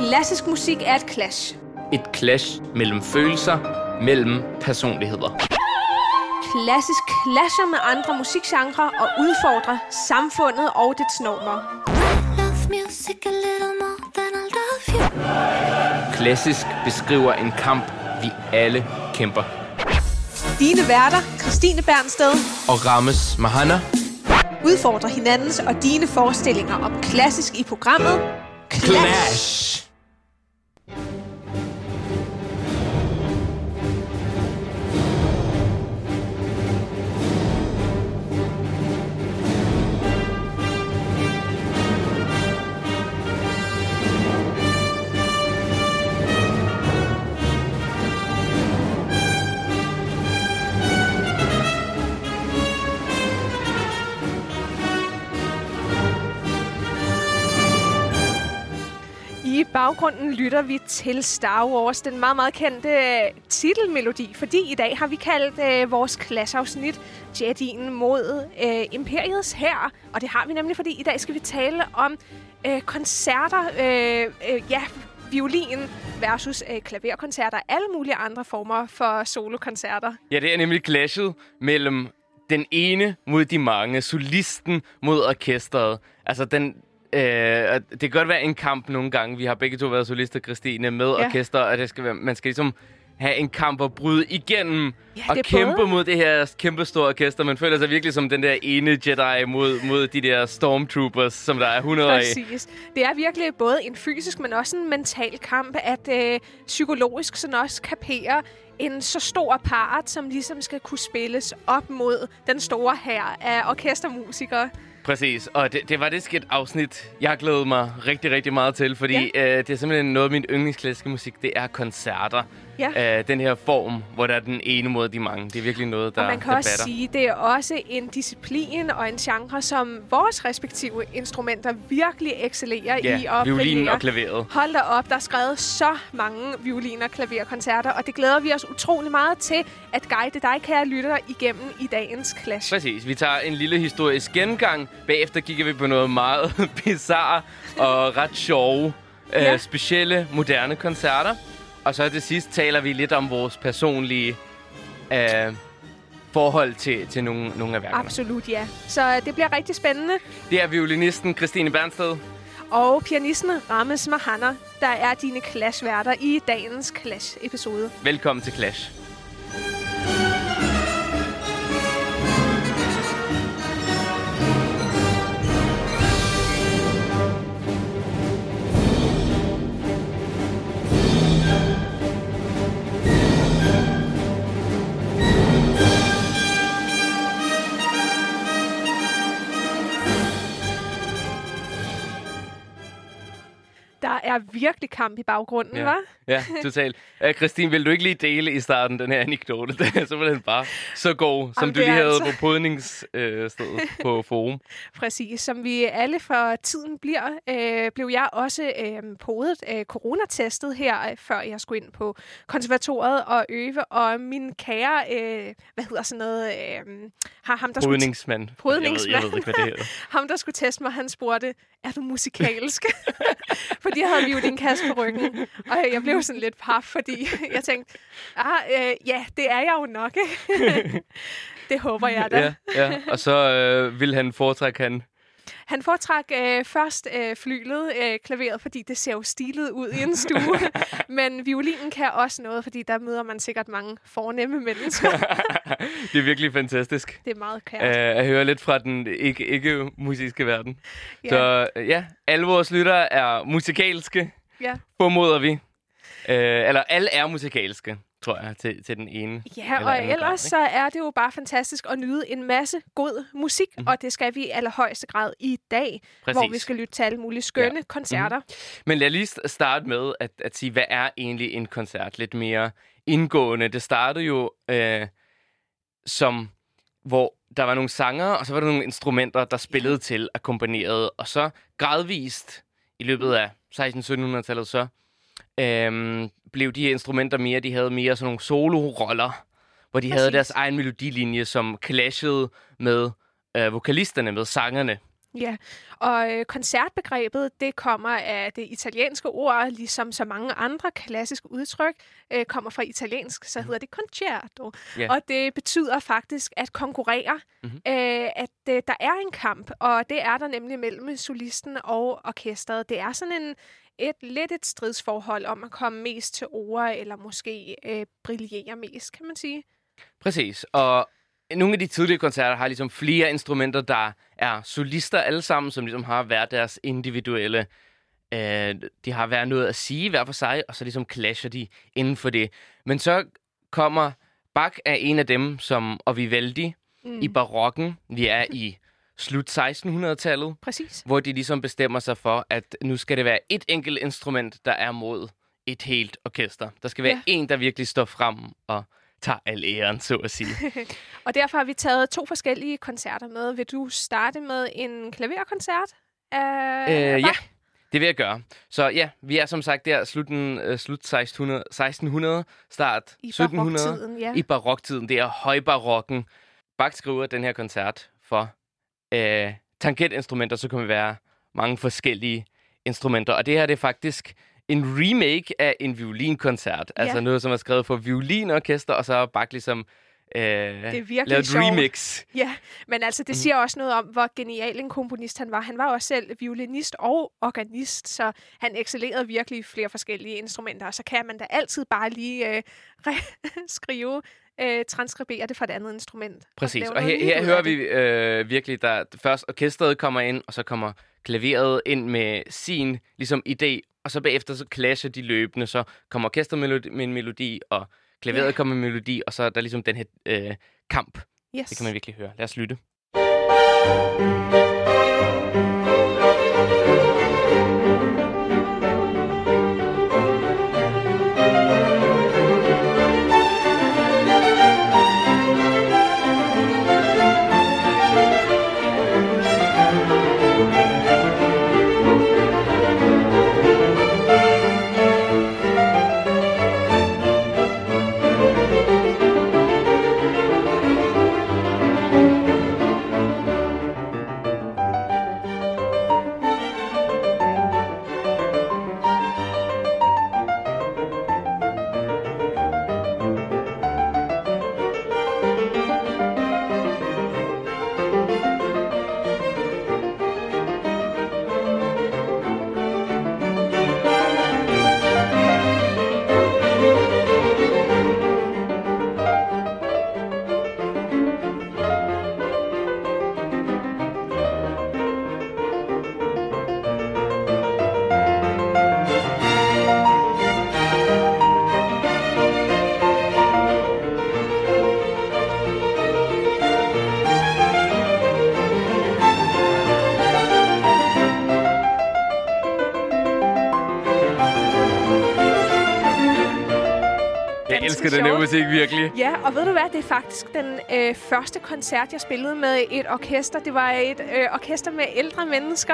klassisk musik er et clash. Et clash mellem følelser, mellem personligheder. Klassisk clasher med andre musikgenrer og udfordrer samfundet og dets normer. Klassisk beskriver en kamp, vi alle kæmper. Dine værter, Kristine Bernsted og Rames Mahana, udfordrer hinandens og dine forestillinger om klassisk i programmet Clash. I baggrunden lytter vi til Star Wars, den meget, meget kendte titelmelodi, fordi i dag har vi kaldt vores klasseafsnit Jedien mod Imperiets hær. Og det har vi nemlig, fordi i dag skal vi tale om koncerter, violin versus klaverkoncerter og alle mulige andre former for solokoncerter. Ja, det er nemlig clashet mellem den ene mod de mange, solisten mod orkestret. Altså det kan godt være en kamp nogle gange. Vi har begge to været solister, Christine, med orkester, og man skal ligesom have en kamp og bryde igennem og kæmpe mod det her kæmpe store orkester. Man føler sig virkelig som den der ene Jedi mod de der Stormtroopers, som der er 100 af. Præcis. Det er virkelig både en fysisk, men også en mental kamp, at psykologisk sådan også kapere en så stor part, som ligesom skal kunne spilles op mod den store hær af orkestermusikere. Præcis, og det var det et afsnit, jeg glæder mig rigtig, rigtig meget til, fordi det er simpelthen noget af min yndlingsklassiske musik, det er koncerter. Ja. Den her form, hvor der er den ene mod de mange. Det er virkelig noget, der og man kan også sige, det er også en disciplin og en genre, som vores respektive instrumenter virkelig excellerer i. Og violinen og klaveret. Hold da op, der er skrevet så mange violin- og klaverkoncerter, og det glæder vi os utrolig meget til at guide dig, kære lytter, igennem i dagens Clash. Præcis, vi tager en lille historisk gennemgang. Bagefter kigger vi på noget meget bizarre og ret sjove, specielle, moderne koncerter. Og så til sidst taler vi lidt om vores personlige forhold til nogle af værkerne. Absolut, ja. Så det bliver rigtig spændende. Det er violinisten Kristine Bernsted. Og pianisten Rames Mahana, der er dine Clash-værter i dagens Clash-episode. Velkommen til Clash. Der er virkelig kamp i baggrunden, hva'? Ja, totalt. Christine, vil du ikke lige dele i starten den her anekdote? Det er simpelthen bare så god, som du lige havde på podningsstedet på Forum. Præcis. Som vi alle for tiden blev jeg også coronatestet her, før jeg skulle ind på konservatoriet og øve. Og min kære, ham der Podningsmand. Jeg ved ikke, hvad det hedder. Ham, der skulle teste mig, han spurgte, er du musikalsk? Fordi jeg havde violinkasse på ryggen. Og jeg blev sådan lidt paf, fordi jeg tænkte, det er jeg jo nok. Det håber jeg da. Ja. Og så ville han foretrække Han foretræk først flylet, klaveret, fordi det ser jo stilet ud i en stue. Men violinen kan også noget, fordi der møder man sikkert mange fornemme mennesker. Det er virkelig fantastisk. Det er meget kært. At høre lidt fra den ikke-musiske verden. Ja. Så alle vores lyttere er musikalske, formoder vi. Eller alle er musikalske, tror jeg, til den ene. Ja, og ellers så er det jo bare fantastisk at nyde en masse god musik, og det skal vi i allerhøjeste grad i dag, hvor vi skal lytte til alle mulige skønne koncerter. Men lad lige starte med at sige, hvad er egentlig en koncert? Lidt mere indgående. Det startede jo hvor der var nogle sanger, og så var der nogle instrumenter, der spillede til akkompagnerede, og så gradvist i løbet af 1600-1700-tallet så blev de her instrumenter mere, de havde mere sådan nogle solo-roller, hvor de havde deres egen melodilinje, som clashede med vokalisterne, med sangerne. Ja, og koncertbegrebet, det kommer af det italienske ord, ligesom så mange andre klassiske udtryk, kommer fra italiensk, så hedder det concerto. Yeah. Og det betyder faktisk at konkurrere, at der er en kamp, og det er der nemlig mellem solisten og orkestret. Det er sådan lidt et stridsforhold om at komme mest til ord, eller måske brillere mest, kan man sige. Præcis, og nogle af de tidlige koncerter har ligesom flere instrumenter, der er solister alle sammen, som ligesom har hver deres individuelle. De har hver noget at sige hver for sig, og så ligesom clasher de inden for det. Men så kommer Bach er en af dem, og Vivaldi i barokken. Vi er i slut 1600-tallet. Præcis. Hvor de ligesom bestemmer sig for, at nu skal det være et enkelt instrument, der er mod et helt orkester. Der skal være en, der virkelig står frem og tager al æren, så at sige. Og derfor har vi taget 2 forskellige koncerter med. Vil du starte med en klaverkoncert? Ja, det vil jeg gøre. Så ja, vi er som sagt der slut 1600, start I 1700. baroktiden, I baroktiden, det er højbarokken. Bach skriver den her koncert for tangentinstrumenter, så kan det være mange forskellige instrumenter. Og det her det er faktisk en remake af en violinkoncert. Altså noget, som er skrevet for violinorkester, og så har Bach ligesom lavet et remix. Ja, men altså det siger også noget om, hvor genial en komponist han var. Han var også selv violinist og organist, så han excellerede virkelig i flere forskellige instrumenter. Og så kan man da altid bare lige skrive, transkribere det fra et andet instrument. Præcis, og her hører vi virkelig, der først orkestret kommer ind, og så kommer klaveret ind med sin ligesom idé, og så bagefter så clasher de løbende, så kommer orkestret med en melodi, og klaveret kommer med en melodi, og så er der ligesom den her kamp. Yes. Det kan man virkelig høre. Lad os lytte. Jeg elsker den her musik, virkelig. Ja, og ved du hvad? Det er faktisk den første koncert, jeg spillede med et orkester. Det var et orkester med ældre mennesker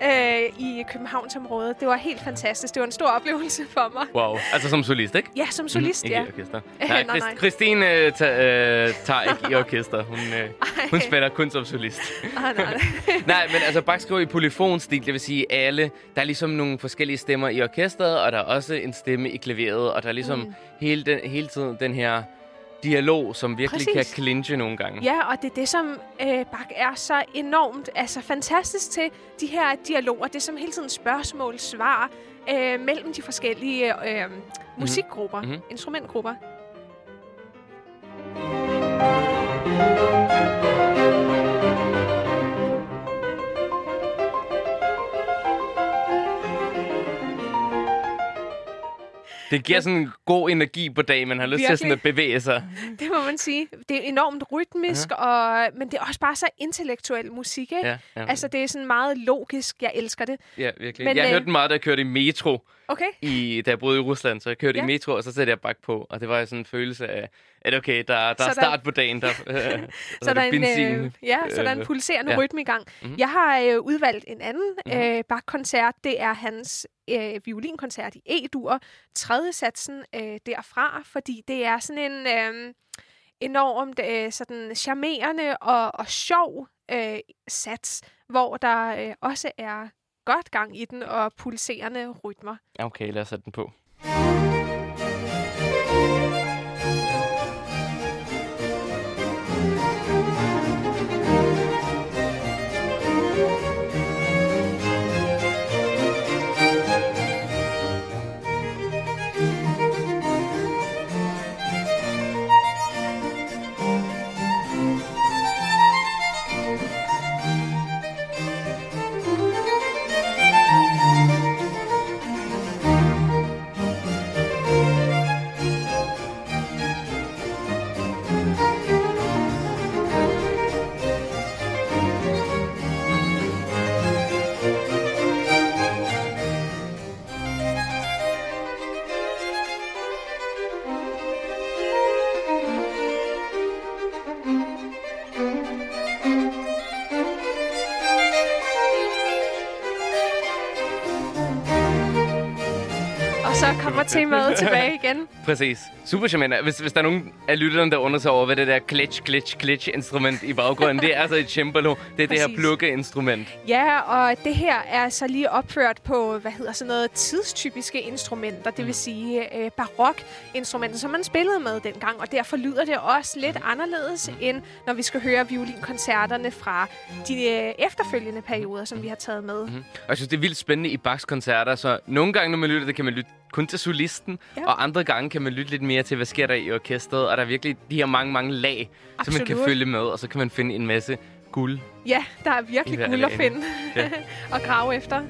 i Københavnsområdet. Det var helt fantastisk. Det var en stor oplevelse for mig. Wow. Altså som solist, ikke? Ja, som solist, ikke ja. Ikke i orkester. Nej. Christine tager ikke i orkester. Hun spiller kun som solist. Nej. Nej, men altså Bach skriver i polyfonstil, det vil sige alle. Der er ligesom nogle forskellige stemmer i orkestret, og der er også en stemme i klaveret, og der er ligesom hele tiden den her dialog, som virkelig kan clinche nogle gange. Ja, og det er det, som Bach er så enormt fantastisk til, de her dialoger. Det er som hele tiden spørgsmål, svar mellem de forskellige musikgrupper, instrumentgrupper. Det giver sådan en god energi på dagen, man har lyst til sådan at bevæge sig. Det må man sige. Det er enormt rytmisk, men det er også bare så intellektuel musik, ikke? Ja. Altså, det er sådan meget logisk. Jeg elsker det. Ja, virkelig. Men, jeg hørte den meget, da jeg kørte i metro. Okay. Da jeg boede i Rusland, så jeg kørte i metro, og så satte jeg Bach på. Og det var sådan en følelse af, at okay, der er start på dagen. Så der er benzin. Så der er en pulserende rytme i gang. Jeg har udvalgt en anden Bach-koncert. Det er hans violinkoncert i E-dur. 3. satsen derfra, fordi det er sådan en enormt sådan charmerende og sjov sats, hvor der også er godt gang i den og pulserende rytmer. Okay, lad os sætte den på. Så kommer temaet tilbage igen. Præcis. Super charmerende. Hvis der er nogen af lytterne, der undrer sig over, hvad det der klitsch-instrument i baggrunden, det er altså et cembalo. Det er Præcis. det her plukkeinstrument. Ja, og det her er så lige opført på, sådan noget tidstypiske instrumenter, det vil sige barokinstrumenter, som man spillede med dengang, og derfor lyder det også lidt anderledes, end når vi skal høre violinkoncerterne fra de efterfølgende perioder, som vi har taget med. Og jeg synes, det er vildt spændende i Bachs koncerter, så nogle gange, når man lytter, det kan man lytte kun til solisten, og andre gange kan man lytte lidt mere til, hvad sker der i orkestret, og der er virkelig de her mange lag, som man kan følge med, og så kan man finde en masse guld. Ja, der er virkelig guld at finde og grave efter.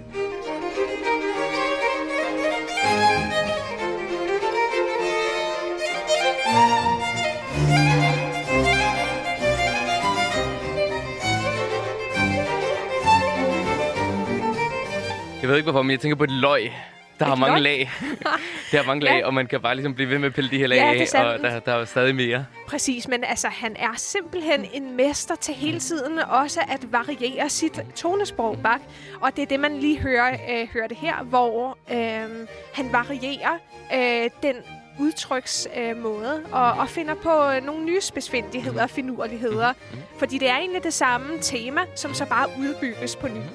Jeg ved ikke hvorfor, men jeg tænker på et løg. Der har mange lag. Det har mange lag, og man kan bare ligesom blive ved med at pille de her lag af, og der er stadig mere. Præcis, men altså, han er simpelthen en mester til hele tiden også at variere sit tonesprog, Bach. Og det er det, man lige hører det her, hvor han varierer den udtryksmåde og finder på nogle nye spidsfindigheder og finurligheder. Fordi det er egentlig det samme tema, som så bare udbygges på ny.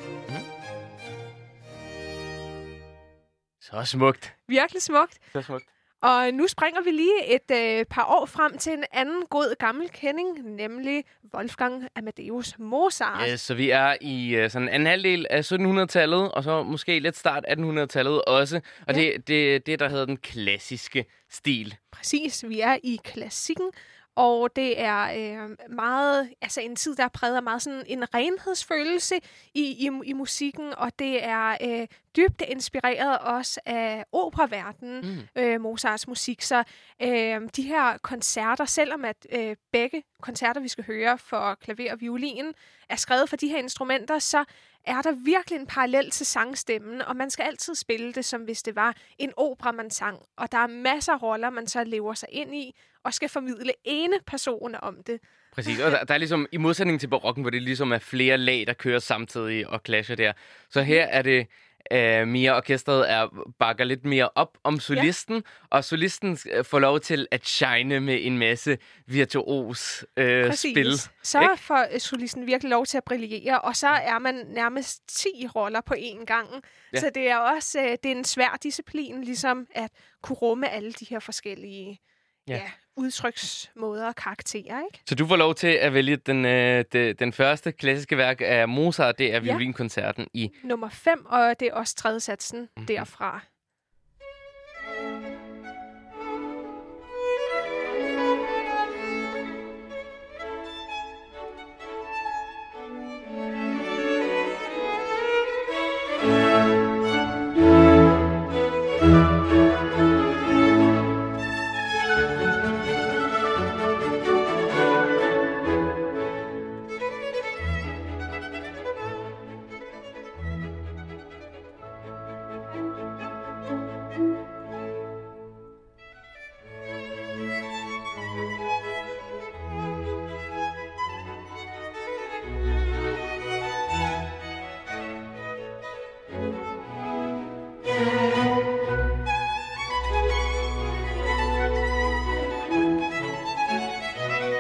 Så smukt. Virkelig smukt. Så smukt. Og nu springer vi lige et par år frem til en anden god gammel kending, nemlig Wolfgang Amadeus Mozart. Ja, så vi er i sådan en halvdel af 1700-tallet, og så måske lidt start 1800-tallet også. Og det der hedder den klassiske stil. Præcis, vi er i klassikken. Og det er meget, altså en tid, der er præget af meget sådan en renhedsfølelse i musikken, og det er dybt inspireret også af operaverdenen, Mozarts musik. Så de her koncerter, selvom at begge koncerter, vi skal høre for klaver og violin, er skrevet for de her instrumenter, så er der virkelig en parallel til sangstemmen, og man skal altid spille det, som hvis det var en opera, man sang. Og der er masser af roller, man så lever sig ind i, og skal formidle ene person om det. Præcis, og der er ligesom, i modsætning til barokken, hvor det ligesom er flere lag, der kører samtidig og clasher der. Så her er det mere orkestret bakker lidt mere op om solisten, og solisten får lov til at shine med en masse virtuos spil. Så får solisten virkelig lov til at brillere, og så er man nærmest 10 roller på én gang. Ja. Så det er også det er en svær disciplin, ligesom at kunne rumme alle de her forskellige udtryksmåder og karakterer, ikke? Så du får lov til at vælge den første klassiske værk af Mozart, det er violinkoncerten i nummer 5, og det er også tredje satsen derfra.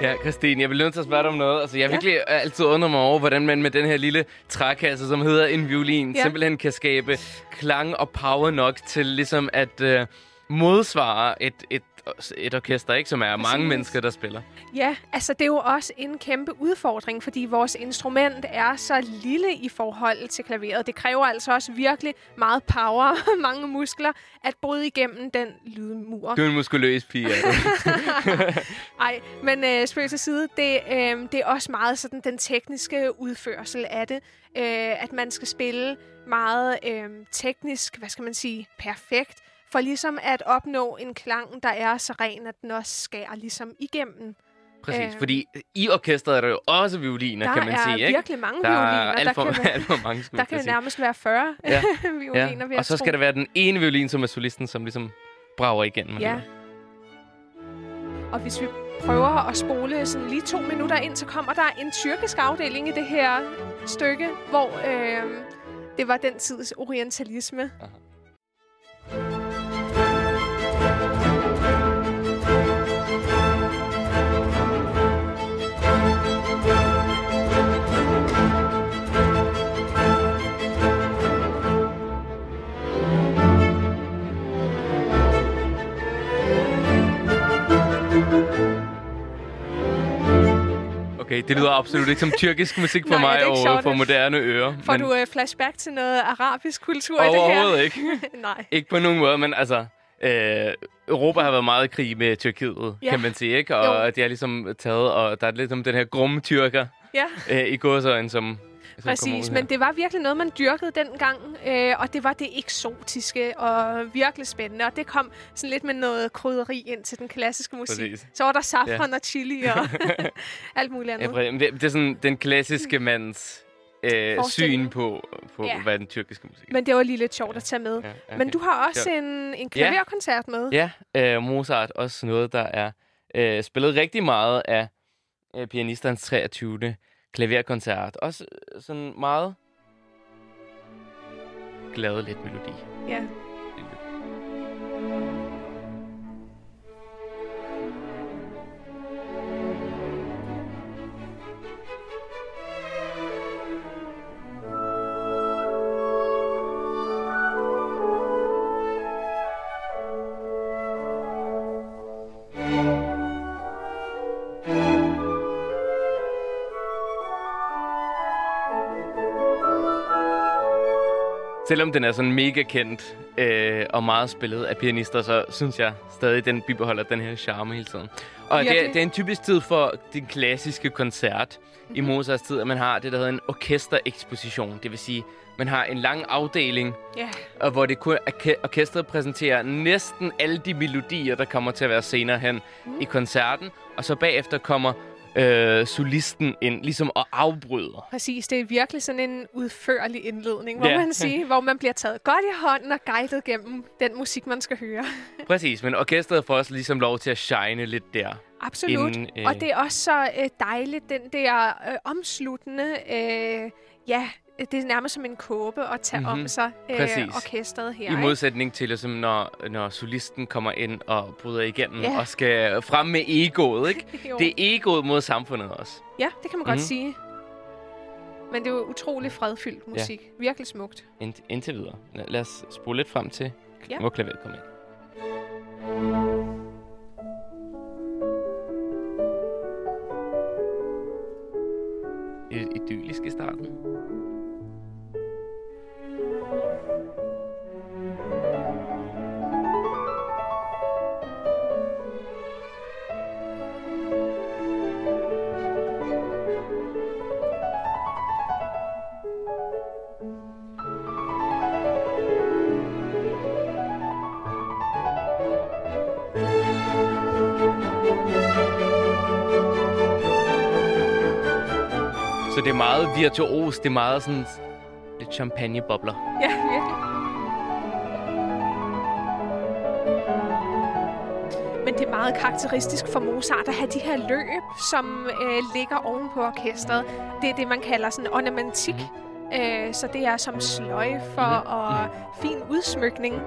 Ja, Christine, jeg vil nødt til at spørge dig om noget. Altså, jeg virkelig altid undrer mig over, hvordan man med den her lille trækasse, som hedder en violin, simpelthen kan skabe klang og power nok til ligesom at modsvare et orkester, ikke, som er mange mennesker, der spiller. Ja, altså det er jo også en kæmpe udfordring, fordi vores instrument er så lille i forhold til klaveret. Det kræver altså også virkelig meget power og mange muskler at bryde igennem den lydmur. Du er en muskuløs pige, er du? Ej, men spøg til side, det er også meget sådan den tekniske udførsel af det. At man skal spille meget teknisk, hvad skal man sige, perfekt, for ligesom at opnå en klang, der er så ren, at den også skærer ligesom igennem. Præcis, fordi i orkestret er der jo også violiner, kan man sige, ikke? Der er virkelig mange violiner. Der kan nærmest være 40 violiner. Ja. Og så skal der være den ene violin, som er solisten, som ligesom brager igennem. Ja. Og hvis vi prøver at spole sådan lige 2 minutter ind, så kommer der en tyrkisk afdeling i det her stykke, hvor det var den tids orientalisme. Aha. Okay, det lyder absolut ikke som tyrkisk musik for mig og for moderne ører. Får du flashback til noget arabisk kultur i det her? Overhovedet ikke. Nej. Ikke på nogen måde, men altså... Europa har været meget i krig med Tyrkiet, kan man sige, ikke? Og de har ligesom taget, og der er ligesom den her grumme tyrker i gåseøjne, som præcis, men det var virkelig noget, man dyrkede dengang, og det var det eksotiske og virkelig spændende, og det kom sådan lidt med noget krydderi ind til den klassiske musik. Præcis. Så var der safran og chili og alt muligt andet. Det er sådan den klassiske mands syn på hvad er den tyrkiske musik. Men det var lige lidt sjovt at tage med. Ja, okay. Men du har også en klaverkoncert med. Ja, Mozart. Også noget, der er spillet rigtig meget af pianisternes 23. klaverkoncert. Også sådan meget gladeligt melodi. Ja. Selvom den er sådan mega kendt og meget spillet af pianister, så synes jeg stadig, den bibeholder den her charme hele tiden. Og det er en typisk tid for den klassiske koncert i Mozarts tid, at man har det, der hedder en orkestereksposition. Det vil sige, man har en lang afdeling, hvor det kun orkestret præsenterer næsten alle de melodier, der kommer til at være senere hen i koncerten. Og så bagefter kommer solisten ind, ligesom og afbryder. Præcis, det er virkelig sådan en udførlig indledning, må man sige, hvor man bliver taget godt i hånden og guidet gennem den musik, man skal høre. Præcis, men orkestret får også ligesom lov til at shine lidt der. Absolut, og det er også så dejligt, den der omsluttende, det er nærmest som en kåbe at tage om sig orkestret her. I modsætning til, ligesom, når solisten kommer ind og bryder igennem og skal frem med egoet, ikke? Det er egoet mod samfundet også. Ja, det kan man godt sige. Men det er jo utrolig fredfyldt musik. Ja. Virkelig smukt. Indtil videre. Lad os spole lidt frem til, hvor klaveret kommer ind. Idyllisk i starten. Så det er meget virtuos, det er meget sådan lidt champagnebobler. Ja, virkelig. Men det er meget karakteristisk for Mozart at have de her løb, som ligger oven på orkestret. Det er det, man kalder sådan ornamentik. Så det er som sløjfer og fin udsmykning.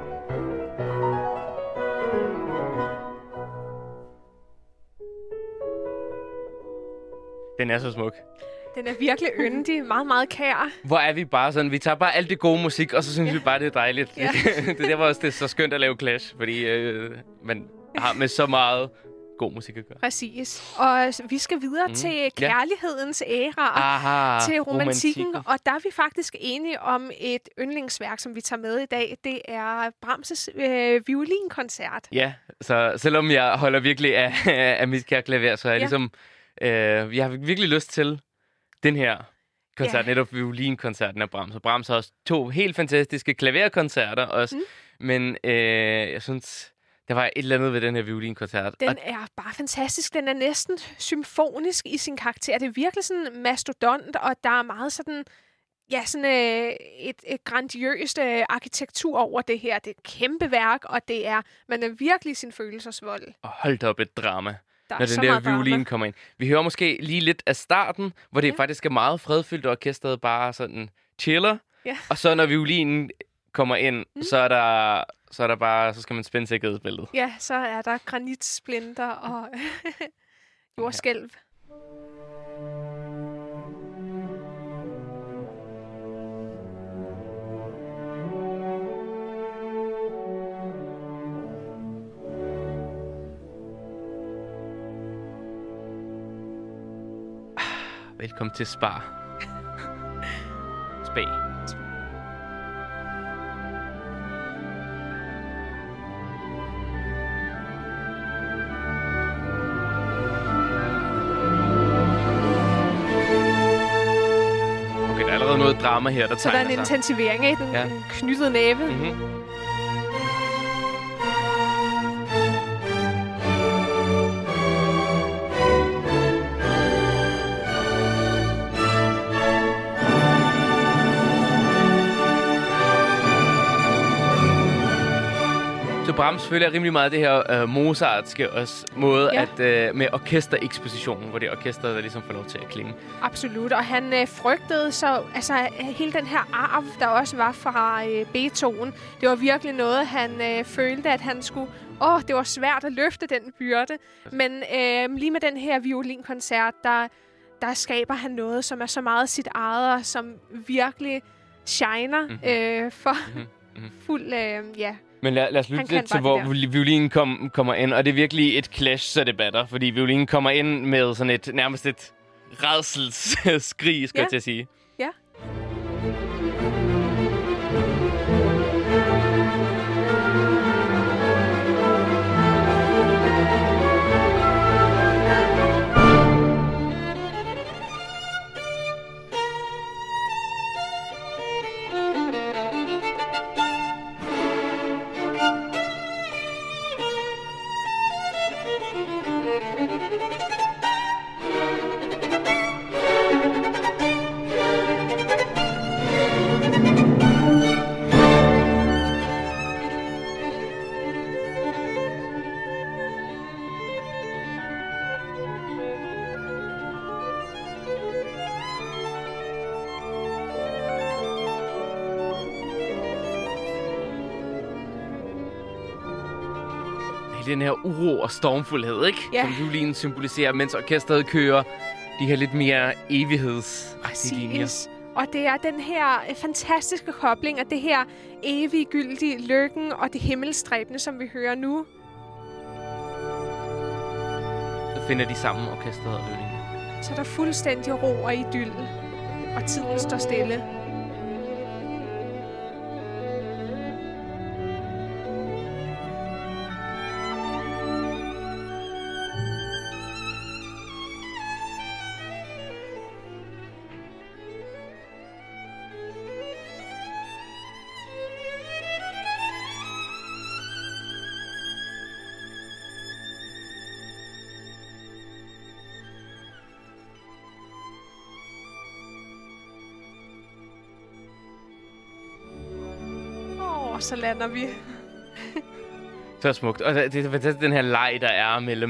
Den er så smuk. Den er virkelig yndig, meget, meget kær. Hvor er vi bare sådan, vi tager bare alt det gode musik, og så synes vi bare, det er dejligt. Ja. Det var også det så skønt at lave Clash, fordi man har med så meget god musik at gøre. Præcis. Og vi skal videre til kærlighedens æra, til romantikken. Og der er vi faktisk enige om et yndlingsværk, som vi tager med i dag. Det er Brahms' violinkoncert. Ja, så selvom jeg holder virkelig af mit kære klaver, så er jeg ligesom... jeg har virkelig lyst til den her koncert, netop violinkoncerten af Brahms. Og Brahms har også 2 helt fantastiske klaverkoncerter også. Men jeg synes... Der var et eller andet ved den her violinkoncert. Den er bare fantastisk. Den er næsten symfonisk i sin karakter. Det er virkelig sådan mastodont, og der er meget sådan... Ja, sådan et grandiøst arkitektur over det her. Det er et kæmpe værk, og man er virkelig sin følelsesvold. Og hold op et drama, når den der violin kommer ind. Vi hører måske lige lidt af starten, hvor det faktisk er meget fredfyldt, og orkestret bare sådan chiller. Ja. Og så når violinen kommer ind, så er der bare, så skal man spænde sikkerhedsbæltet. Ja, så er der granitsplinter og jordskælv. Velkommen til Spar. Spag. Noget drama her, der tegner sig. Så der er en intensivering af den knyttede næve. Mm-hmm. Så Brahms følger rimelig meget det her Mozartske også måde med orkesterekspositionen, hvor det er orkestret, der ligesom får lov til at klinge. Absolut, og han frygtede så hele den her arv, der også var fra Beethoven. Det var virkelig noget, han følte, at han skulle... det var svært at løfte den byrde. Men lige med den her violinkoncert, der skaber han noget, som er så meget sit eget, og som virkelig shiner for fuld... Men lad os lytte lidt til, hvor violinen kommer ind, og det er virkelig et clash, så det batter, fordi violinen kommer ind med sådan nærmest et rædselsskrig, skal jeg til at sige. Ja. Den her uro og stormfuldhed, ikke? Ja. Som violinen symboliserer, mens orkestret kører de her lidt mere evighedsagtige linjer. Og det er den her fantastiske kobling af det her eviggyldige lykken og det himmelstræbende, som vi hører nu. Så finder de sammen orkestret og violinen. Så der er fuldstændig ro og idyll, og tiden står stille. Og så lander vi. Så smukt. Og det er fantastisk, den her leg, der er mellem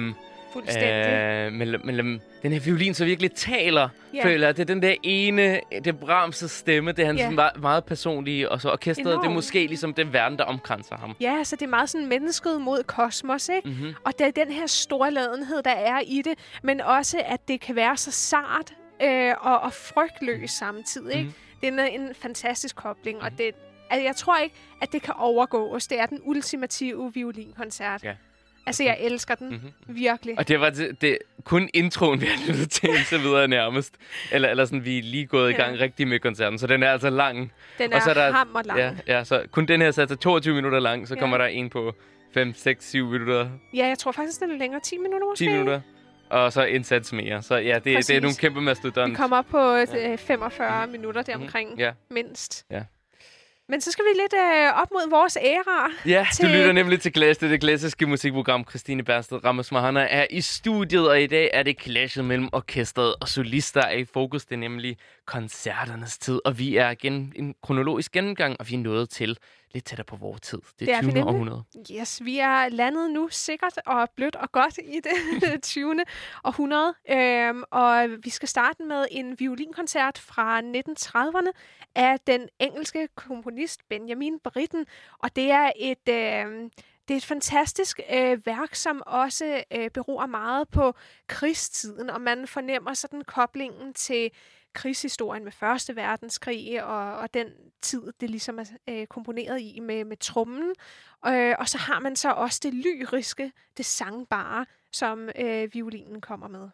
Fuldstændig. Men den her violin så virkelig taler, føler jeg. Det er den der ene, det Brahms' stemme, det er hans meget, meget personlige, og så orkestret, det er måske ligesom den verden, der omkranser ham. Ja, så det er meget sådan mennesket mod kosmos, ikke? Mm-hmm. Og det er den her storladenhed, der er i det, men også, at det kan være så sart og frygtløs samtidig, ikke? Det er en fantastisk kobling, og det, altså, jeg tror ikke, at det kan overgås. Det er den ultimative violinkoncert. Ja. Altså, jeg elsker den. Virkelig. Og det var kun introen, vi har lyttet til indtil videre nærmest. Eller sådan, vi er lige gået i gang rigtig med koncerten. Så den er altså lang. Den er så hammerlang. Ja, så kun den her sat til 22 minutter lang. Så kommer der en på 5, 6, 7 minutter. Ja, jeg tror faktisk, den er længere. 10 minutter måske. 10 minutter. Og så en sats mere. Så ja, det er nogle kæmpe mastodont. Vi kommer op på 45 minutter deromkring. Mindst. Ja. Men så skal vi lidt op mod vores æra. Ja, du lytter nemlig til Clash, det klassiske musikprogram. Christine Bersted Ramos-Mahana er i studiet, og i dag er det clashet mellem orkestret og solister er i fokus. Det er nemlig koncerternes tid, og vi er igen en kronologisk gennemgang, og vi er nået til lidt tættere på vores tid. Det er 20. århundrede. Yes, vi er landet nu sikkert og blødt og godt i det 20. århundrede. Og vi skal starte med en violinkoncert fra 1930'erne af den engelske komponist Benjamin Britten. Og det er et fantastisk værk, som også beror meget på krigstiden, og man fornemmer sådan koblingen til krigshistorien med Første Verdenskrig og den tid, det ligesom er komponeret i med trommen. Og så har man så også det lyriske, det sangbare, som violinen kommer med.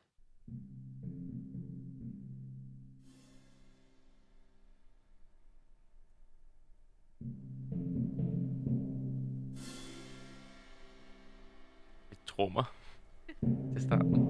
Trommer til starten.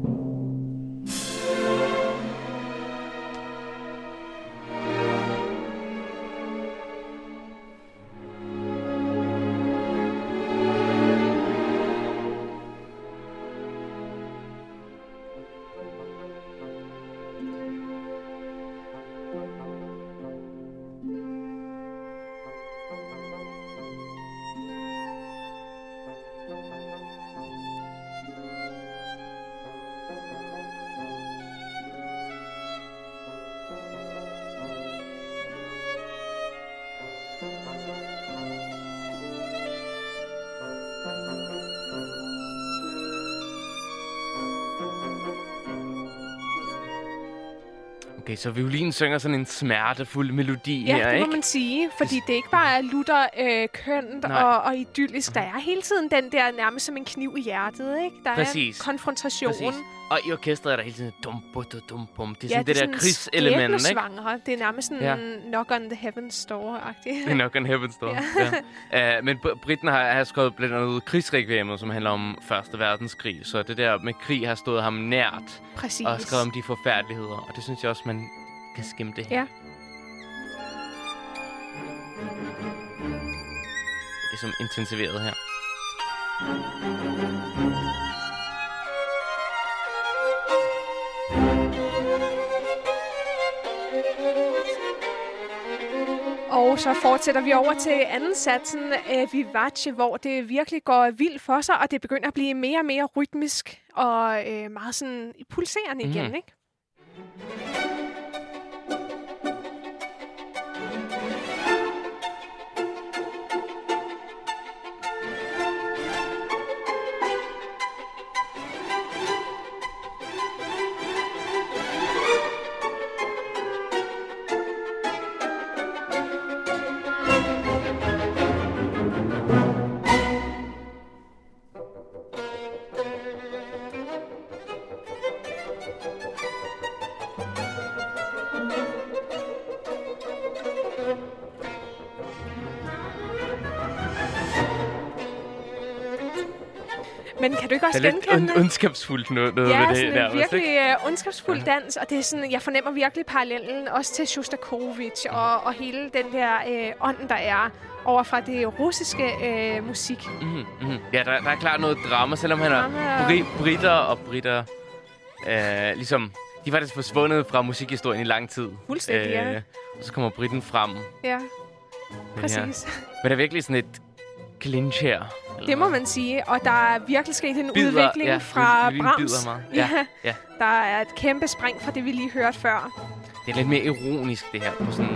Okay, så violinen synger sådan en smertefuld melodi her, ikke? Ja, det må man sige, fordi det ikke bare er lutter kønt og idyllisk. Der er hele tiden den der nærmest som en kniv i hjertet, ikke? Der er en konfrontation. Præcis. Og i orkestret er der hele tiden dum-bum. Det er sådan det der krigselement, ikke? Det er nærmest sådan Knock on the Heaven's Door-agtigt. Knock on Heaven's Door, ja. Men Britten har skrevet blandt andet krigsrequiemet, som handler om Første Verdenskrig. Så det der med krig har stået ham nært. Præcis. Og skrevet om de forfærdeligheder. Og det synes jeg også, man kan skimte her. Ja. Det er som intensiveret her. Og så fortsætter vi over til anden satsen af Vivace, hvor det virkelig går vildt for sig, og det begynder at blive mere og mere rytmisk og meget sådan pulserende igen, ikke? Men kan du ikke også genkende det? Det er lidt ondskabsfuldt noget ved det der. Ja, sådan virkelig ondskabsfuld dans, og det er sådan, jeg fornemmer virkelig parallellen også til Shostakovich og hele den der ånd, der er over fra det russiske musik. Ja, der er klart noget drama, selvom han er britter ligesom, de var forsvundet fra musikhistorien i lang tid. Fuldstændig, ja. Og så kommer Britten frem. Ja, præcis. Men der er virkelig sådan et clinch her. Det må man sige, og der er virkelig sket en udvikling fra Brahms. Ja. Der er et kæmpe spring fra det, vi lige hørte før. Det er lidt mere ironisk, det her. På sådan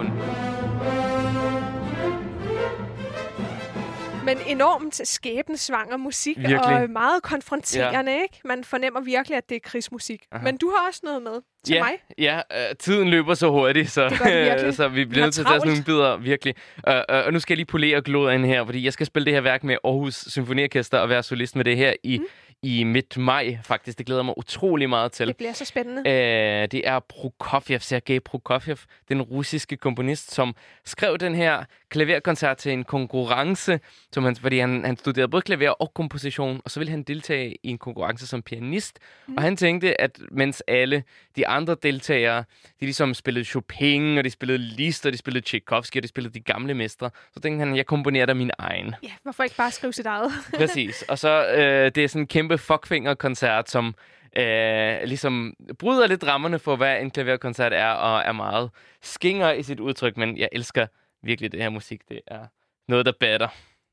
Men enormt skæbnesvanger musik, virkelig. Og meget konfronterende, ikke? Man fornemmer virkelig, at det er krigsmusik. Aha. Men du har også noget med til mig. Ja, tiden løber så hurtigt, så, så vi bliver nødt til at tage sådan nogle bidder, virkelig. Og nu skal jeg lige polere gloderen her, fordi jeg skal spille det her værk med Aarhus Symfoniorkester og være solist med det her i midt-maj, faktisk. Det glæder mig utrolig meget til. Det bliver så spændende. Det er Prokofjev, Sergej Prokofjev, den russiske komponist, som skrev den her klaverkoncert til en konkurrence, fordi han studerede både klaver og komposition, og så ville han deltage i en konkurrence som pianist. Og han tænkte, at mens alle de andre deltagere, de ligesom spillede Chopin, og de spillede Liszt, og de spillede Tchaikovsky, og de spillede de gamle mestre, så tænkte han, jeg komponerer da min egen. Ja, hvorfor ikke bare skrive sit eget? Præcis. Og så det er sådan en kæmpe fuckfinger-koncert, som ligesom bryder lidt rammerne for, hvad en klaverkoncert er, og er meget skinger i sit udtryk, men jeg elsker virkelig det her musik. Det er noget, der batter.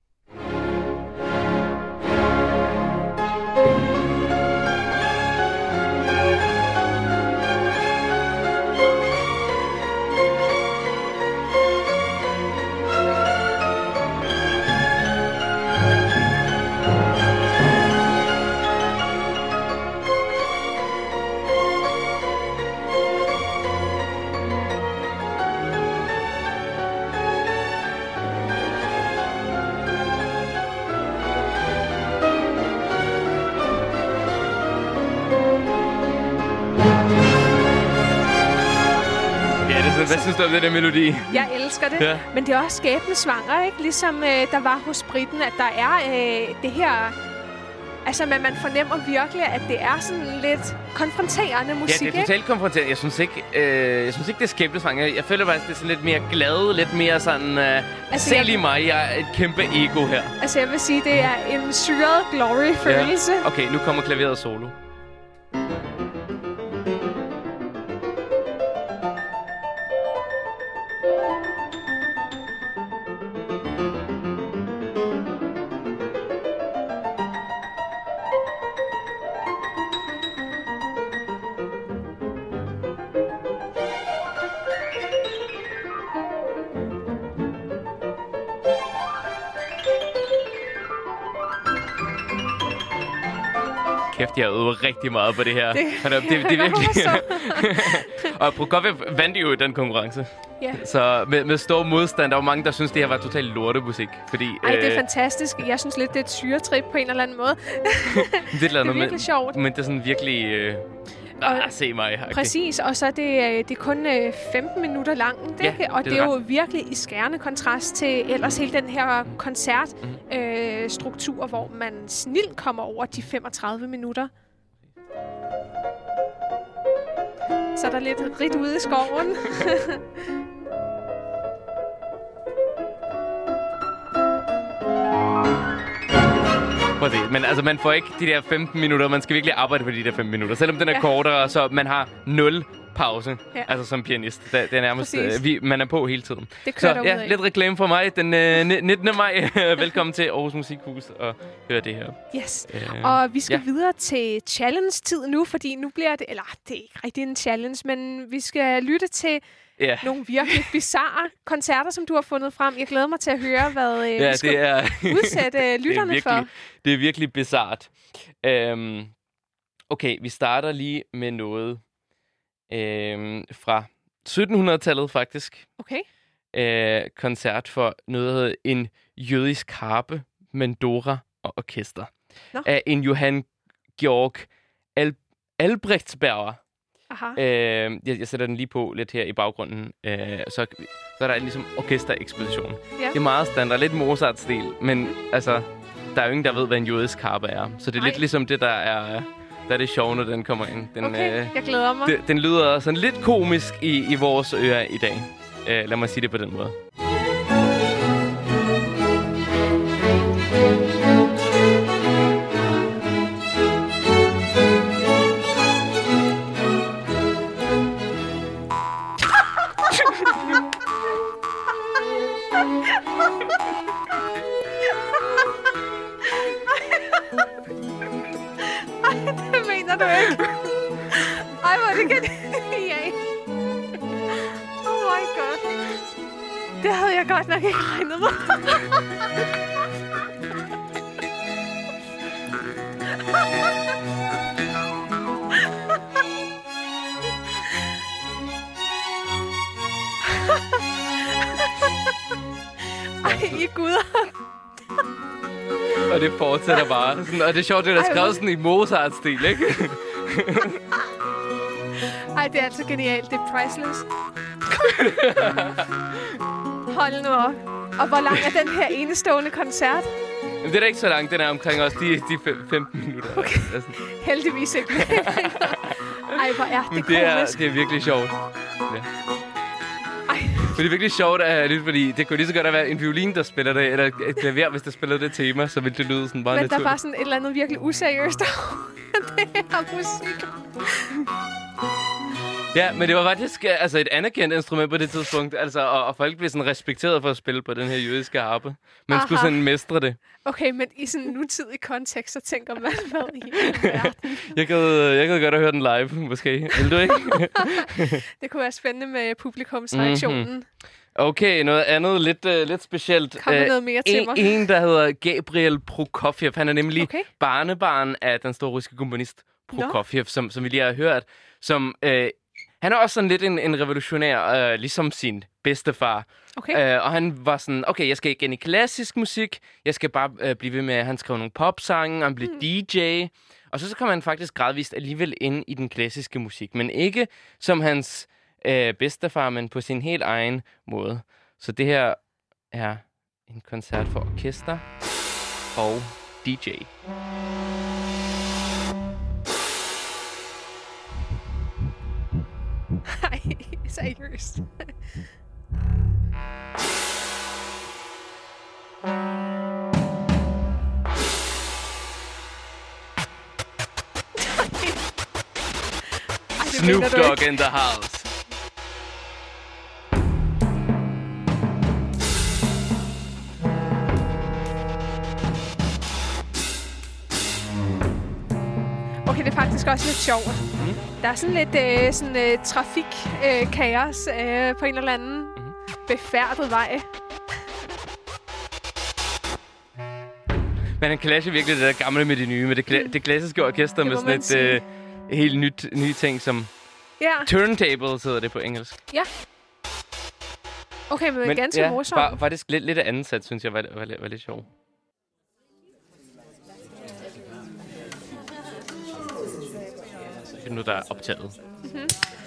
Hvad synes du om den der melodi? Jeg elsker det, men det er også skæbnesvanger, ikke? Ligesom der var hos Britten, at der er det her... Altså, man fornemmer virkelig, at det er sådan lidt konfronterende musik, ikke? Ja, det er totalt konfronterende. Jeg synes ikke, det er skæbnesvanger. Jeg føler faktisk, det er sådan lidt mere glad, lidt mere sådan... se lige mig, jeg er et kæmpe ego her. Altså, jeg vil sige, det er en syret glory-følelse. Ja. Okay, nu kommer klaveret solo. Kæft, jeg har øvet rigtig meget på det her. Det er virkelig... Og Prokofjev vandt jo den konkurrence. Yeah. Så med stor modstand, der var mange, der synes det her var totalt lortemusik. Fordi, det er fantastisk. Jeg synes lidt, det er et syretrip på en eller anden måde. det er virkelig sjovt. Men det er sådan virkelig... se mig. Okay. Præcis, og så er det kun 15 minutter langt, ikke? Og det er jo virkelig i skærende kontrast til ellers hele den her koncertstruktur, hvor man snilt kommer over de 35 minutter. Så er der lidt ridt ude i skoven. Men altså, man får ikke de der 15 minutter. Man skal virkelig arbejde på de der 15 minutter. Selvom den er kortere, så man har 0 pause. Ja. Altså som pianist. Det er nærmest... man er på hele tiden. Det kører så lidt reklame fra mig den 19. maj. Velkommen til Aarhus Musikhus og høre det her. Yes. Og vi skal videre til challenge-tid nu, fordi nu bliver det... Eller, det er ikke rigtig en challenge, men vi skal lytte til... nogle virkelig bizarre koncerter, som du har fundet frem. Jeg glæder mig til at høre, hvad vi skal udsætte lytterne for. Det er virkelig bizart. Okay, vi starter lige med noget fra 1700-tallet faktisk. Okay. Koncert for noget, der hedder En jødisk harpe, mandora og orkester. Af en Johann Georg Albrechtsberger. Jeg sætter den lige på lidt her i baggrunden. Så er der ligesom orkestereksposition. Ja. Det er meget standard, lidt Mozart-stil, men altså, der er jo ingen, der ved, hvad en jødisk harpe er. Så det er lidt ligesom det, der er det sjove, når den kommer ind. Den, jeg glæder mig. Den lyder sådan lidt komisk i vores ører i dag. Lad mig sige det på den måde. griner du ikke? Ej, hvor er det genialt. Oh my god. Det havde jeg godt nok ikke regnet med. Ej, I guder. Og det fortsætter bare. Sådan, og det er sjovt, det er skrevet sådan i Mozart-stil, ikke? Ej, det er altså genialt. Det er priceless. Hold nu op. Og hvor lang er den her enestående koncert? Jamen, det er da ikke så langt. Den er omkring også de 15 minutter. Okay. Altså. Heldigvis ikke. Ej, hvor er det komisk. Det er virkelig sjovt. Ja. Ej. Men det er virkelig sjovt, fordi det kunne lige så godt at være en violin, der spiller det, eller et klaver, hvis der spiller det tema, så ville det lyde sådan bare men naturligt. der er bare sådan et eller andet virkelig useriøst over det her musik. Ja, men det var faktisk altså et anerkendt instrument på det tidspunkt, altså, og folk blev sådan respekteret for at spille på den her jødiske harpe. Man skulle sådan mestre det. Okay, men i sådan en nutidig kontekst, så tænker man, hvad i verden? Jeg gad godt at høre den live, måske. Vil du ikke? Det kunne være spændende med publikumsreaktionen. Mm-hmm. Okay, noget andet lidt specielt. Kom med noget mere til mig. En, der hedder Gabriel Prokofjev. Han er nemlig barnebarn af den store russiske komponist Prokofjev, som vi lige har hørt. Som, han er også sådan lidt en revolutionær, ligesom sin bedstefar. Okay. Og han var sådan, okay, jeg skal igen i klassisk musik. Jeg skal bare blive ved med, at han skrev nogle popsange, og han blev DJ. Og så kom han faktisk gradvist alligevel ind i den klassiske musik. Men ikke som hans bedstefar, men på sin helt egen måde. Så det her er en koncert for orkester og DJ. Ej, seriøst. Snoop Dogg in the house. Okay, det er faktisk også lidt sjovt. Der er sådan lidt trafikkaos på en eller anden befærdet vej. Men han clasher virkelig det der gamle med det nye, med det klassiske orkester med sådan et helt nye ting som turntables hedder det på engelsk. Ja. Okay, men ganske morsomt. Faktisk lidt af anden sat, synes jeg var lidt sjovt. Nu der er optaget. Mm-hmm.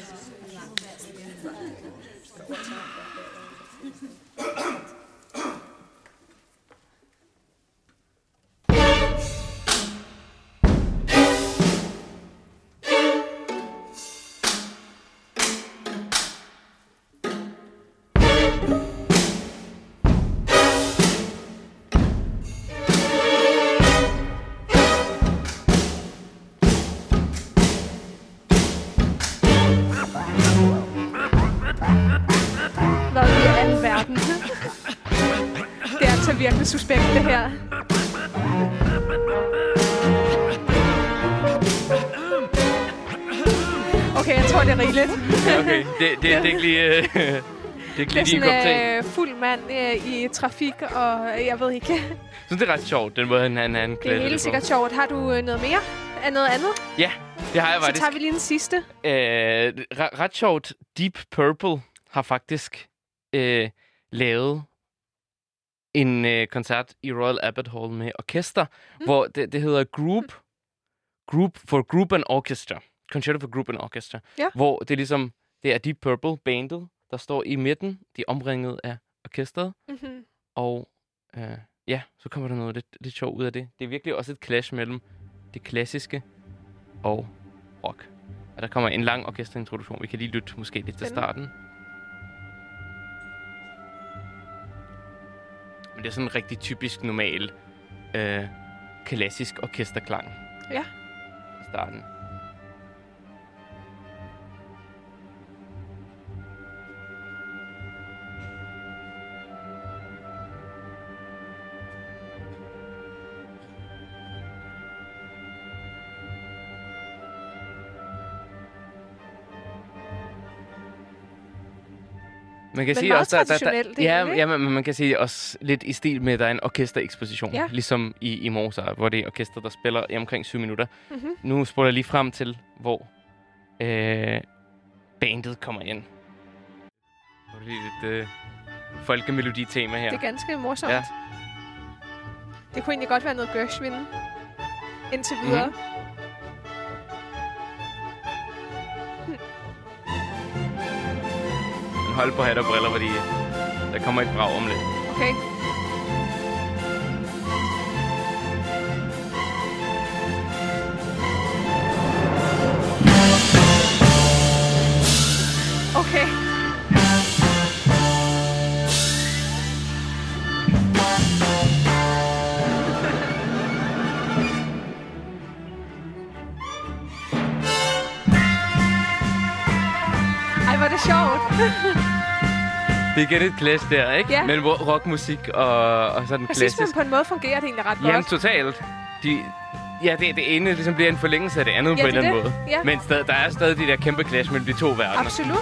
Virkelig suspekt, det her. Okay, jeg tror, det er rigeligt. Okay, det er ikke lige... det er ikke lige din kop te. Det er sådan fuld mand i trafik, og jeg ved ikke. Så det er ret sjovt, den måde, han klæder det på. Det er helt sikkert sjovt. Har du noget mere? Noget andet? Ja, det har jeg faktisk. Så tager vi lige den sidste. Ret sjovt. Deep Purple har faktisk lavet en koncert i Royal Albert Hall med orkester, hvor det hedder Group and Orchestra. Concerto for Group and Orchestra. Ja. Hvor det ligesom, det er Deep Purple bandet, der står i midten. De er omringet af orkestret. Mm-hmm. Og så kommer der noget lidt sjovt ud af det. Det er virkelig også et clash mellem det klassiske og rock. Og der kommer en lang orkesterintroduktion. Vi kan lige lytte måske lidt til starten. Men det er sådan en rigtig typisk normal klassisk orkesterklang. Ja. I starten. Man kan Men sige meget også, traditionelt, egentlig, ja, men man kan sige også lidt i stil med, at der er en orkestereksposition. Ja. Ligesom i Mozart, hvor det er orkester, der spiller i omkring 7 minutter. Mm-hmm. Nu spoler jeg lige frem til, hvor bandet kommer ind. Det er lige lidt folkemelodi-tema her. Det er ganske morsomt. Ja. Det kunne egentlig godt være noget Gershwin indtil videre. Hold på hat og briller, fordi der kommer et brag om lidt. Okay. Okay. Ej, hvor er det sjovt. Det er igen et clash der, ikke? Ja. Men rockmusik og sådan Præcis, men klassisk. på en måde fungerer det egentlig ret Jamen, godt. totalt. Det ene ligesom bliver en forlængelse af det andet Ja, på en det eller er anden måde. det. Ja. Men der er stadig de der kæmpe clash mellem de to verdener. Absolut.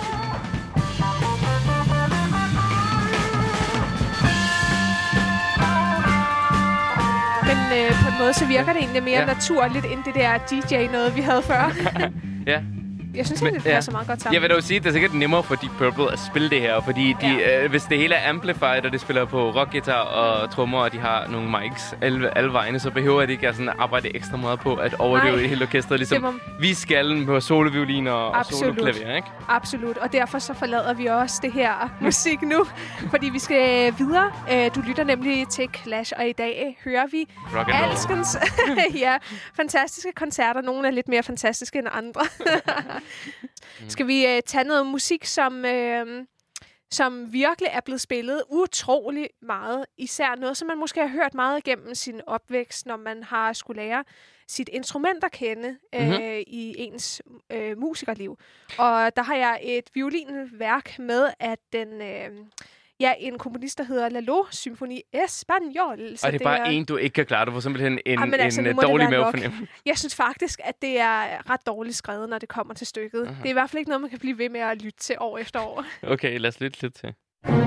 Men på en måde, så virker det egentlig mere naturligt, end det der DJ-noget, vi havde før. Ja. Jeg synes egentlig, det passer meget godt sammen. Jeg vil dog sige, at det er sikkert nemmere for Deep Purple at spille det her, fordi hvis det hele er amplified, og det spiller på rockguitar og trommer, og de har nogle mics alle vegne, så behøver de ikke at sådan arbejde ekstra meget på at overdøve et helt orkester, ligesom vi skal på solovioliner og soloklaver, ikke? Absolut, og derfor så forlader vi også det her musik nu, fordi vi skal videre. Du lytter nemlig til Clash, og i dag hører vi alskens fantastiske koncerter. Nogle er lidt mere fantastiske end andre. Skal vi tage noget musik, som virkelig er blevet spillet utrolig meget. Især noget, som man måske har hørt meget igennem sin opvækst, når man har skulle lære sit instrument at kende i ens musikerliv. Og der har jeg et violinværk med af en komponist, der hedder Lalo, Symfoni Espagnol. Og det er bare en, du ikke kan klare. Du får simpelthen en dårlig mavefornemmelse. Jeg synes faktisk, at det er ret dårligt skrevet, når det kommer til stykket. Det er i hvert fald ikke noget, man kan blive ved med at lytte til år efter år. Okay, lad os lytte lidt til.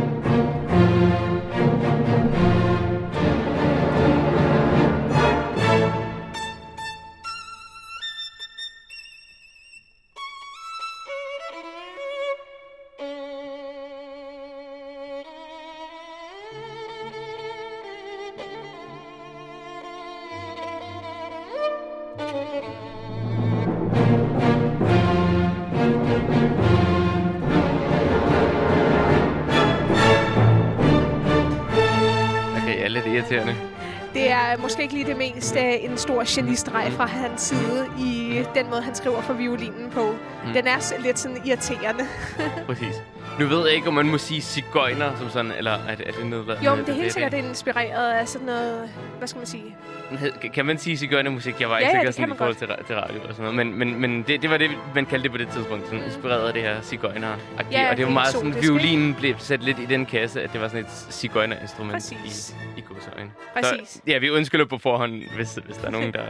Det er måske ikke lige det mest en stor genistreg fra hans side i den måde, han skriver for violinen på. Den er lidt sådan irriterende. Præcis. Nu ved jeg ikke, om man må sige sigøjner som sådan, eller er det noget... Jo, men det er helt sikkert inspireret af sådan noget... Hvad skal man sige? Kan man sige sigøjnermusik? Jeg var ikke sikker sådan i forhold til radio og sådan noget. Men det var det, man kaldte det på det tidspunkt. Sådan inspireret af det her sigøjner. Ja, og det var meget sådan, violinen blev sat lidt i den kasse, at det var sådan et sigøjnerinstrument i godsøjne. Præcis. Så, ja, vi undskylder på forhånd, hvis der er nogen, der...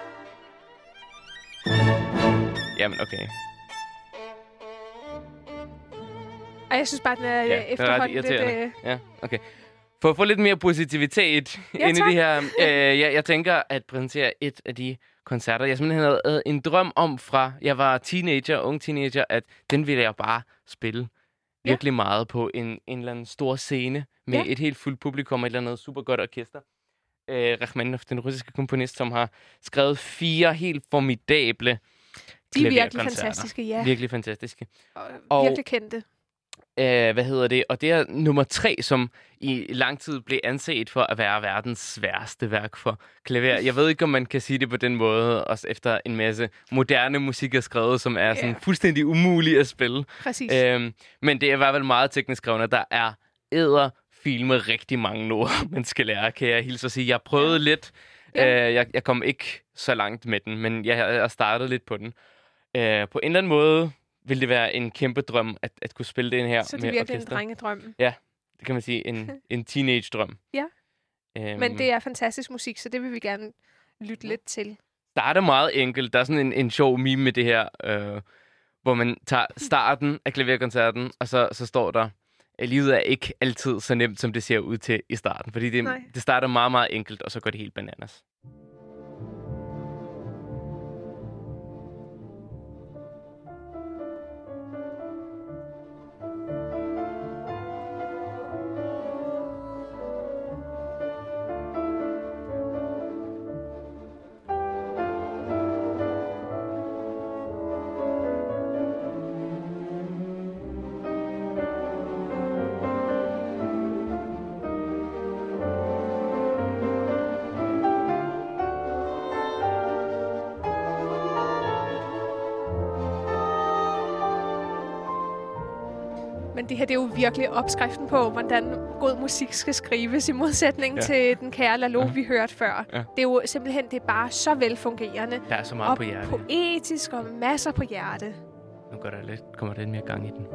Jamen, okay. Og jeg synes bare, den er efterhånden lidt... Ja, okay. For at få lidt mere positivitet ind i det her, jeg tænker at præsentere et af de koncerter, jeg simpelthen havde en drøm om fra, jeg var ung teenager, at den ville jeg bare spille virkelig meget på en eller anden stor scene med et helt fuldt publikum og et eller andet super godt orkester. Rachmaninoff, den russiske komponist, som har skrevet 4 helt formidable de er virkelig fantastiske, ja. Virkelig fantastiske. Og virkelig kendte. Og det er nummer 3, som i lang tid blev anset for at være verdens sværeste værk for klaver. Jeg ved ikke, om man kan sige det på den måde, også efter en masse moderne musik er skrevet, som er sådan fuldstændig umulig at spille. Præcis. Men det er i hvert fald meget teknisk skrevet, der er film med rigtig mange noder, man skal lære, kan jeg hilse at sige. Jeg prøvede lidt. Jeg kom ikke så langt med den, men jeg har startet lidt på den. På en eller anden måde vil det være en kæmpe drøm at kunne spille det her med orkester. Så det er virkelig en drengedrøm. Ja, det kan man sige. En teenage-drøm. Ja, men det er fantastisk musik, så det vil vi gerne lytte lidt til. Starter meget enkelt. Der er sådan en sjov meme med det her, hvor man tager starten af klaverkoncerten, og så står der livet er ikke altid så nemt, som det ser ud til i starten. Fordi det starter meget, meget enkelt, og så går det helt bananas. Men det her, det er jo virkelig opskriften på, hvordan god musik skal skrives, i modsætning til den kære Lalo, vi hørte før. Ja. Det er jo simpelthen, det er bare så velfungerende. Der er så meget på hjertet. Og poetisk og masser på hjerte. Nu kommer der lidt mere gang i den.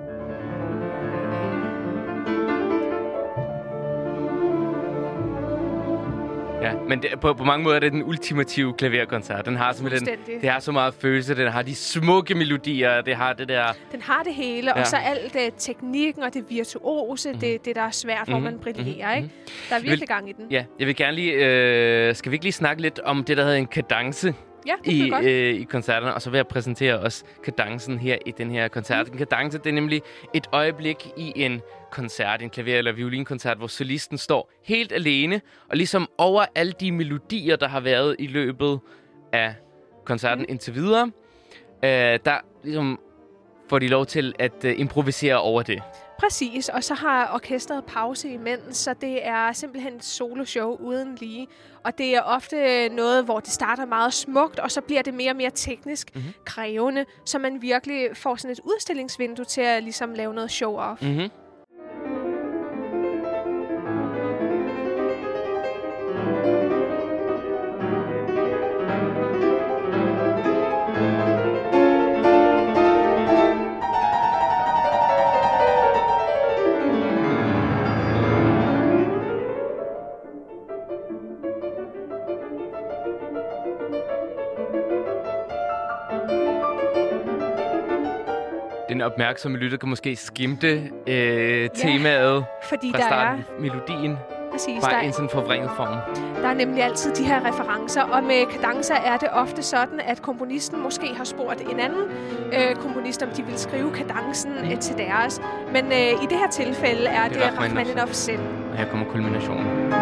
Ja, men på mange måder er det den ultimative klaverkoncert. Den har simpelthen, det har så meget følelse, den har de smukke melodier, det har det der... Den har det hele, og så alt teknikken og det virtuose, det der er svært, hvor man brillerer, ikke? Der er virkelig gang i den. Ja, jeg vil gerne lige... skal vi ikke lige snakke lidt om det, der hedder en kadence? Ja, det i koncerterne, og så vil jeg præsentere også kadencen her i den her koncert. En kadence, det er nemlig et øjeblik i en koncert, en klaver- eller violinkoncert, hvor solisten står helt alene, og ligesom over alle de melodier, der har været i løbet af koncerten indtil videre, der ligesom får de lov til at improvisere over det. Præcis, og så har orkestret pause imens, så det er simpelthen et soloshow uden lige. Og det er ofte noget, hvor det starter meget smukt, og så bliver det mere og mere teknisk krævende, så man virkelig får sådan et udstillingsvindue til at ligesom lave noget show-off. Den opmærksomme lytter kan måske skimte temaet fordi fra starten, melodien. Præcis, bare en sådan forvrænget form. Der er nemlig altid de her referencer, og med kadencer er det ofte sådan, at komponisten måske har spurgt en anden komponist, om de vil skrive kadencen til deres. Men i det her tilfælde er det Rachmaninov selv. Og her kommer kulminationen.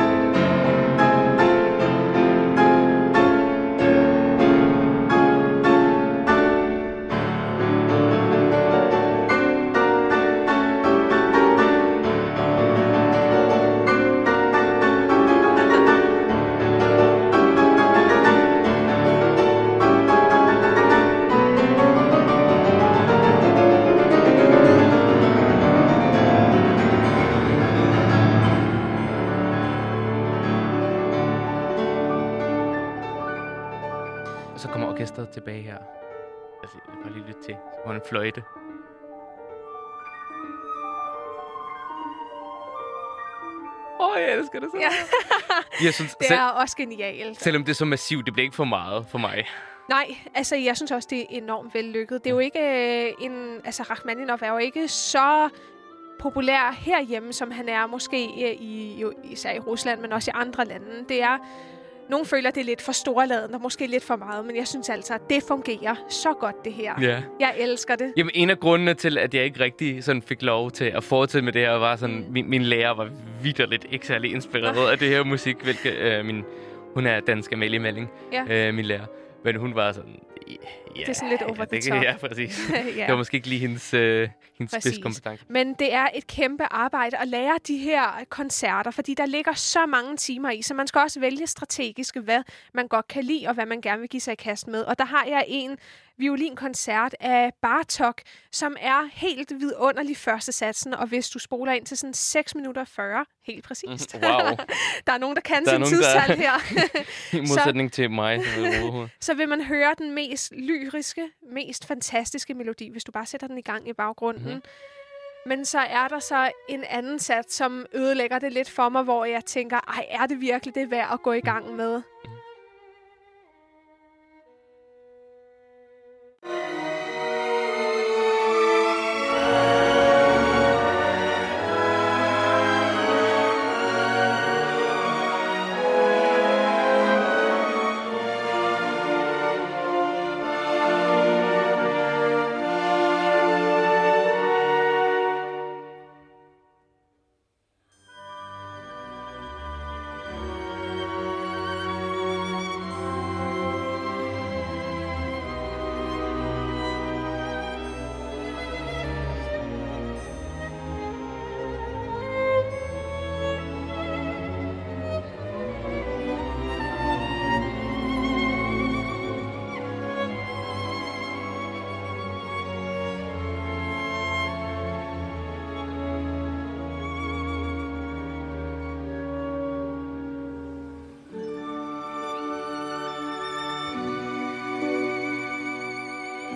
Tilbage her. Altså, jeg bare lige lidt til. Så får en fløjte. Jeg elsker det så. Ja. Jeg synes, det er også genialt. Selvom det er så massivt, det bliver ikke for meget for mig. Nej, altså jeg synes også, det er enormt vellykket. Det er jo ikke Rachmaninov er jo ikke så populær herhjemme, som han er måske især i Rusland, men også i andre lande. Det er nogle føler, det er lidt for storladent og måske lidt for meget, men jeg synes altså, at det fungerer så godt, det her. Ja. Jeg elsker det. Jamen, en af grundene til, at jeg ikke rigtig sådan fik lov til at fortsætte med det her, var sådan, min lærer var vitterligt ikke særlig inspireret af det her musik, hvilket hun er dansk Amalie Malling, min lærer. Men hun var sådan... det er sådan lidt over the top. Ja, præcis. Det var måske ikke lige hendes spidskompetence. Men det er et kæmpe arbejde at lære de her koncerter, fordi der ligger så mange timer i, så man skal også vælge strategisk, hvad man godt kan lide, og hvad man gerne vil give sig i kast med. Og der har jeg en violinkoncert af Bartók, som er helt vidunderlig første satsen, og hvis du spoler ind til sådan 6 minutter 40, helt præcist. Wow. Der er nogen, der kan sin tidstal her. I modsætning til mig. Så vil man høre den mest lyriske, mest fantastiske melodi, hvis du bare sætter den i gang i baggrunden. Men så er der så en anden sats, som ødelægger det lidt for mig, hvor jeg tænker, er det virkelig det værd at gå i gang med?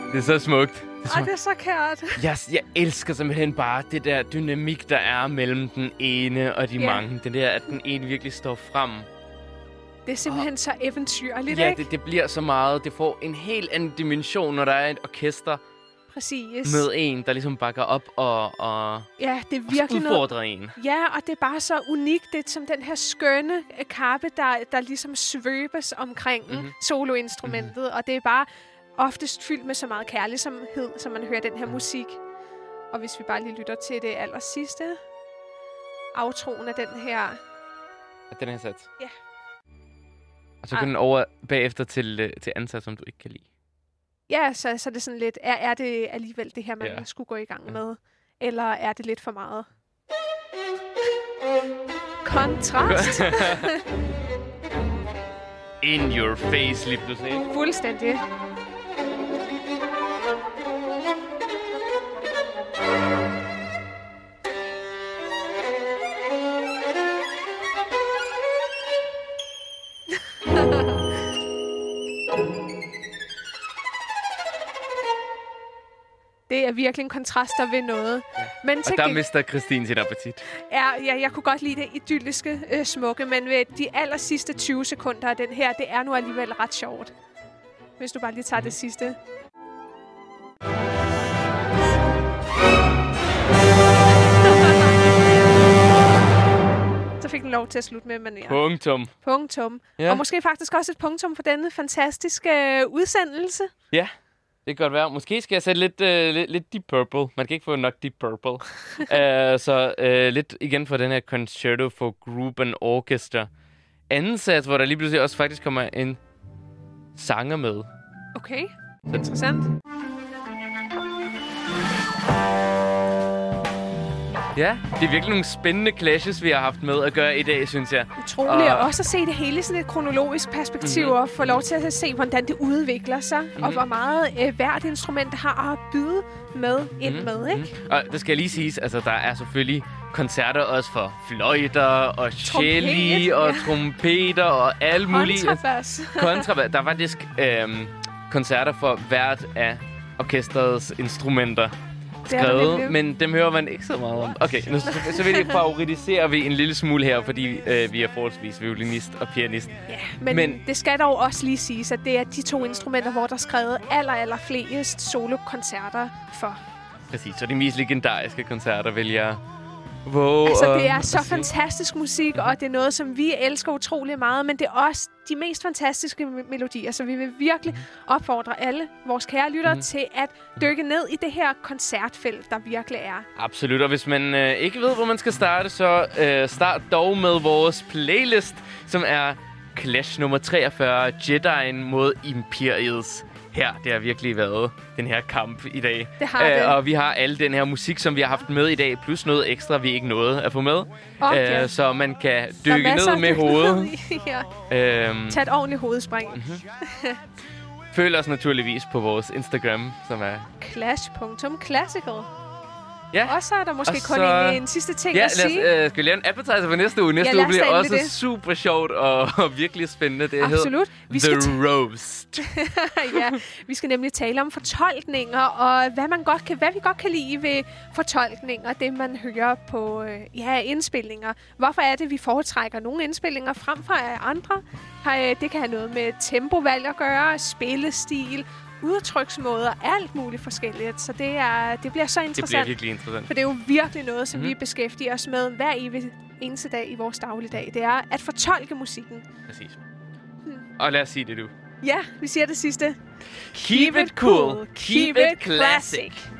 Det er så smukt. Det er så kært. Jeg elsker simpelthen bare det der dynamik, der er mellem den ene og de mange. Det der, at den ene virkelig står frem. Det er simpelthen så eventyrligt, ja, ikke? det bliver så meget. Det får en helt anden dimension, når der er et orkester. Præcis. Med en, der ligesom bakker op og ja, det er virkelig udfordrer en. Ja, og det er bare så unikt. Det er som den her skønne kappe, der ligesom svøbes omkring soloinstrumentet. Og det er bare oftest fyldt med så meget kærlighed, som man hører den her musik. Og hvis vi bare lige lytter til det allersidste outroen af den her... Af den her sats? Ja. Og så går den over bagefter til ansats, som du ikke kan lide. Ja, så er det sådan lidt, er det alligevel det her, man skulle gå i gang med? Eller er det lidt for meget? Kontrast. In your face, lige pludselig. Fuldstændig. Det er virkelig en kontraster ved noget. Ja. Men og der mister Christine sin appetit. Ja, jeg kunne godt lide det idylliske smukke, men ved de aller sidste 20 sekunder af den her, det er nu alligevel ret sjovt. Hvis du bare lige tager det sidste. Så fik den lov til at slutte med, men ja. Punktum. Ja. Og måske faktisk også et punktum for denne fantastiske udsendelse. Ja. Det kan godt være. Måske skal jeg sætte lidt Deep Purple. Man kan ikke få nok Deep Purple. Så lidt igen for den her Concerto for Group and Orchestra. Anden sats, hvor der lige pludselig også faktisk kommer en sanger med. Okay, interessant. Ja, det er virkelig nogle spændende clashes, vi har haft med at gøre i dag, synes jeg. Utroligt. Og også at se det hele i sådan et kronologisk perspektiv, og få lov til at se, hvordan det udvikler sig, og hvor meget hvert instrument har at byde med, ikke? Og det skal lige siges, altså der er selvfølgelig koncerter også for fløjter, og celli, og trompeter, og alle mulige... Kontrabas. Der er faktisk koncerter for hvert af orkestrets instrumenter. Skrevet, men dem hører man ikke så meget om. Okay, nu så vil jeg favoritisere vi en lille smule her, fordi vi er forholdsvis violinist og pianist. Ja, men det skal dog også lige siges, at det er de to instrumenter, hvor der er skrevet aller flest solokoncerter for. Præcis, så de mest legendariske koncerter vil jeg altså, det er så fantastisk musik, og det er noget, som vi elsker utrolig meget, men det er også de mest fantastiske melodier, så vi vil virkelig opfordre alle vores kære lyttere til at dykke ned i det her koncertfelt, der virkelig er. Absolut, og hvis man ikke ved, hvor man skal starte, så start dog med vores playlist, som er Clash nummer 43, Jedien mod Imperiets. Det har virkelig været den her kamp i dag. Det har det. Og vi har alle den her musik, som vi har haft med i dag, plus noget ekstra, vi ikke nåede at få med. Så man kan dykke ned med hovedet. Tag et ordentligt hovedspring. Følg os naturligvis på vores Instagram, som er clash.classical. Ja. Og så er der måske kun en sidste ting at sige. Skal vi lave en appetizer for næste uge? Næste uge bliver også super sjovt og virkelig spændende. Det absolut. The Roast. Ja, vi skal nemlig tale om fortolkninger, og hvad vi godt kan lide ved fortolkninger, det man hører på indspilninger. Hvorfor er det, vi foretrækker nogle indspilninger frem for andre? Det kan have noget med tempovalg at gøre, spillestil, udtryksmåder, alt muligt forskelligt. Så det bliver så interessant. Det bliver virkelig interessant. For det er jo virkelig noget, som vi beskæftiger os med hver eneste dag i vores dagligdag. Det er at fortolke musikken. Præcis. Og lad os sige det, du. Ja, vi siger det sidste. Keep it cool. Keep it classic.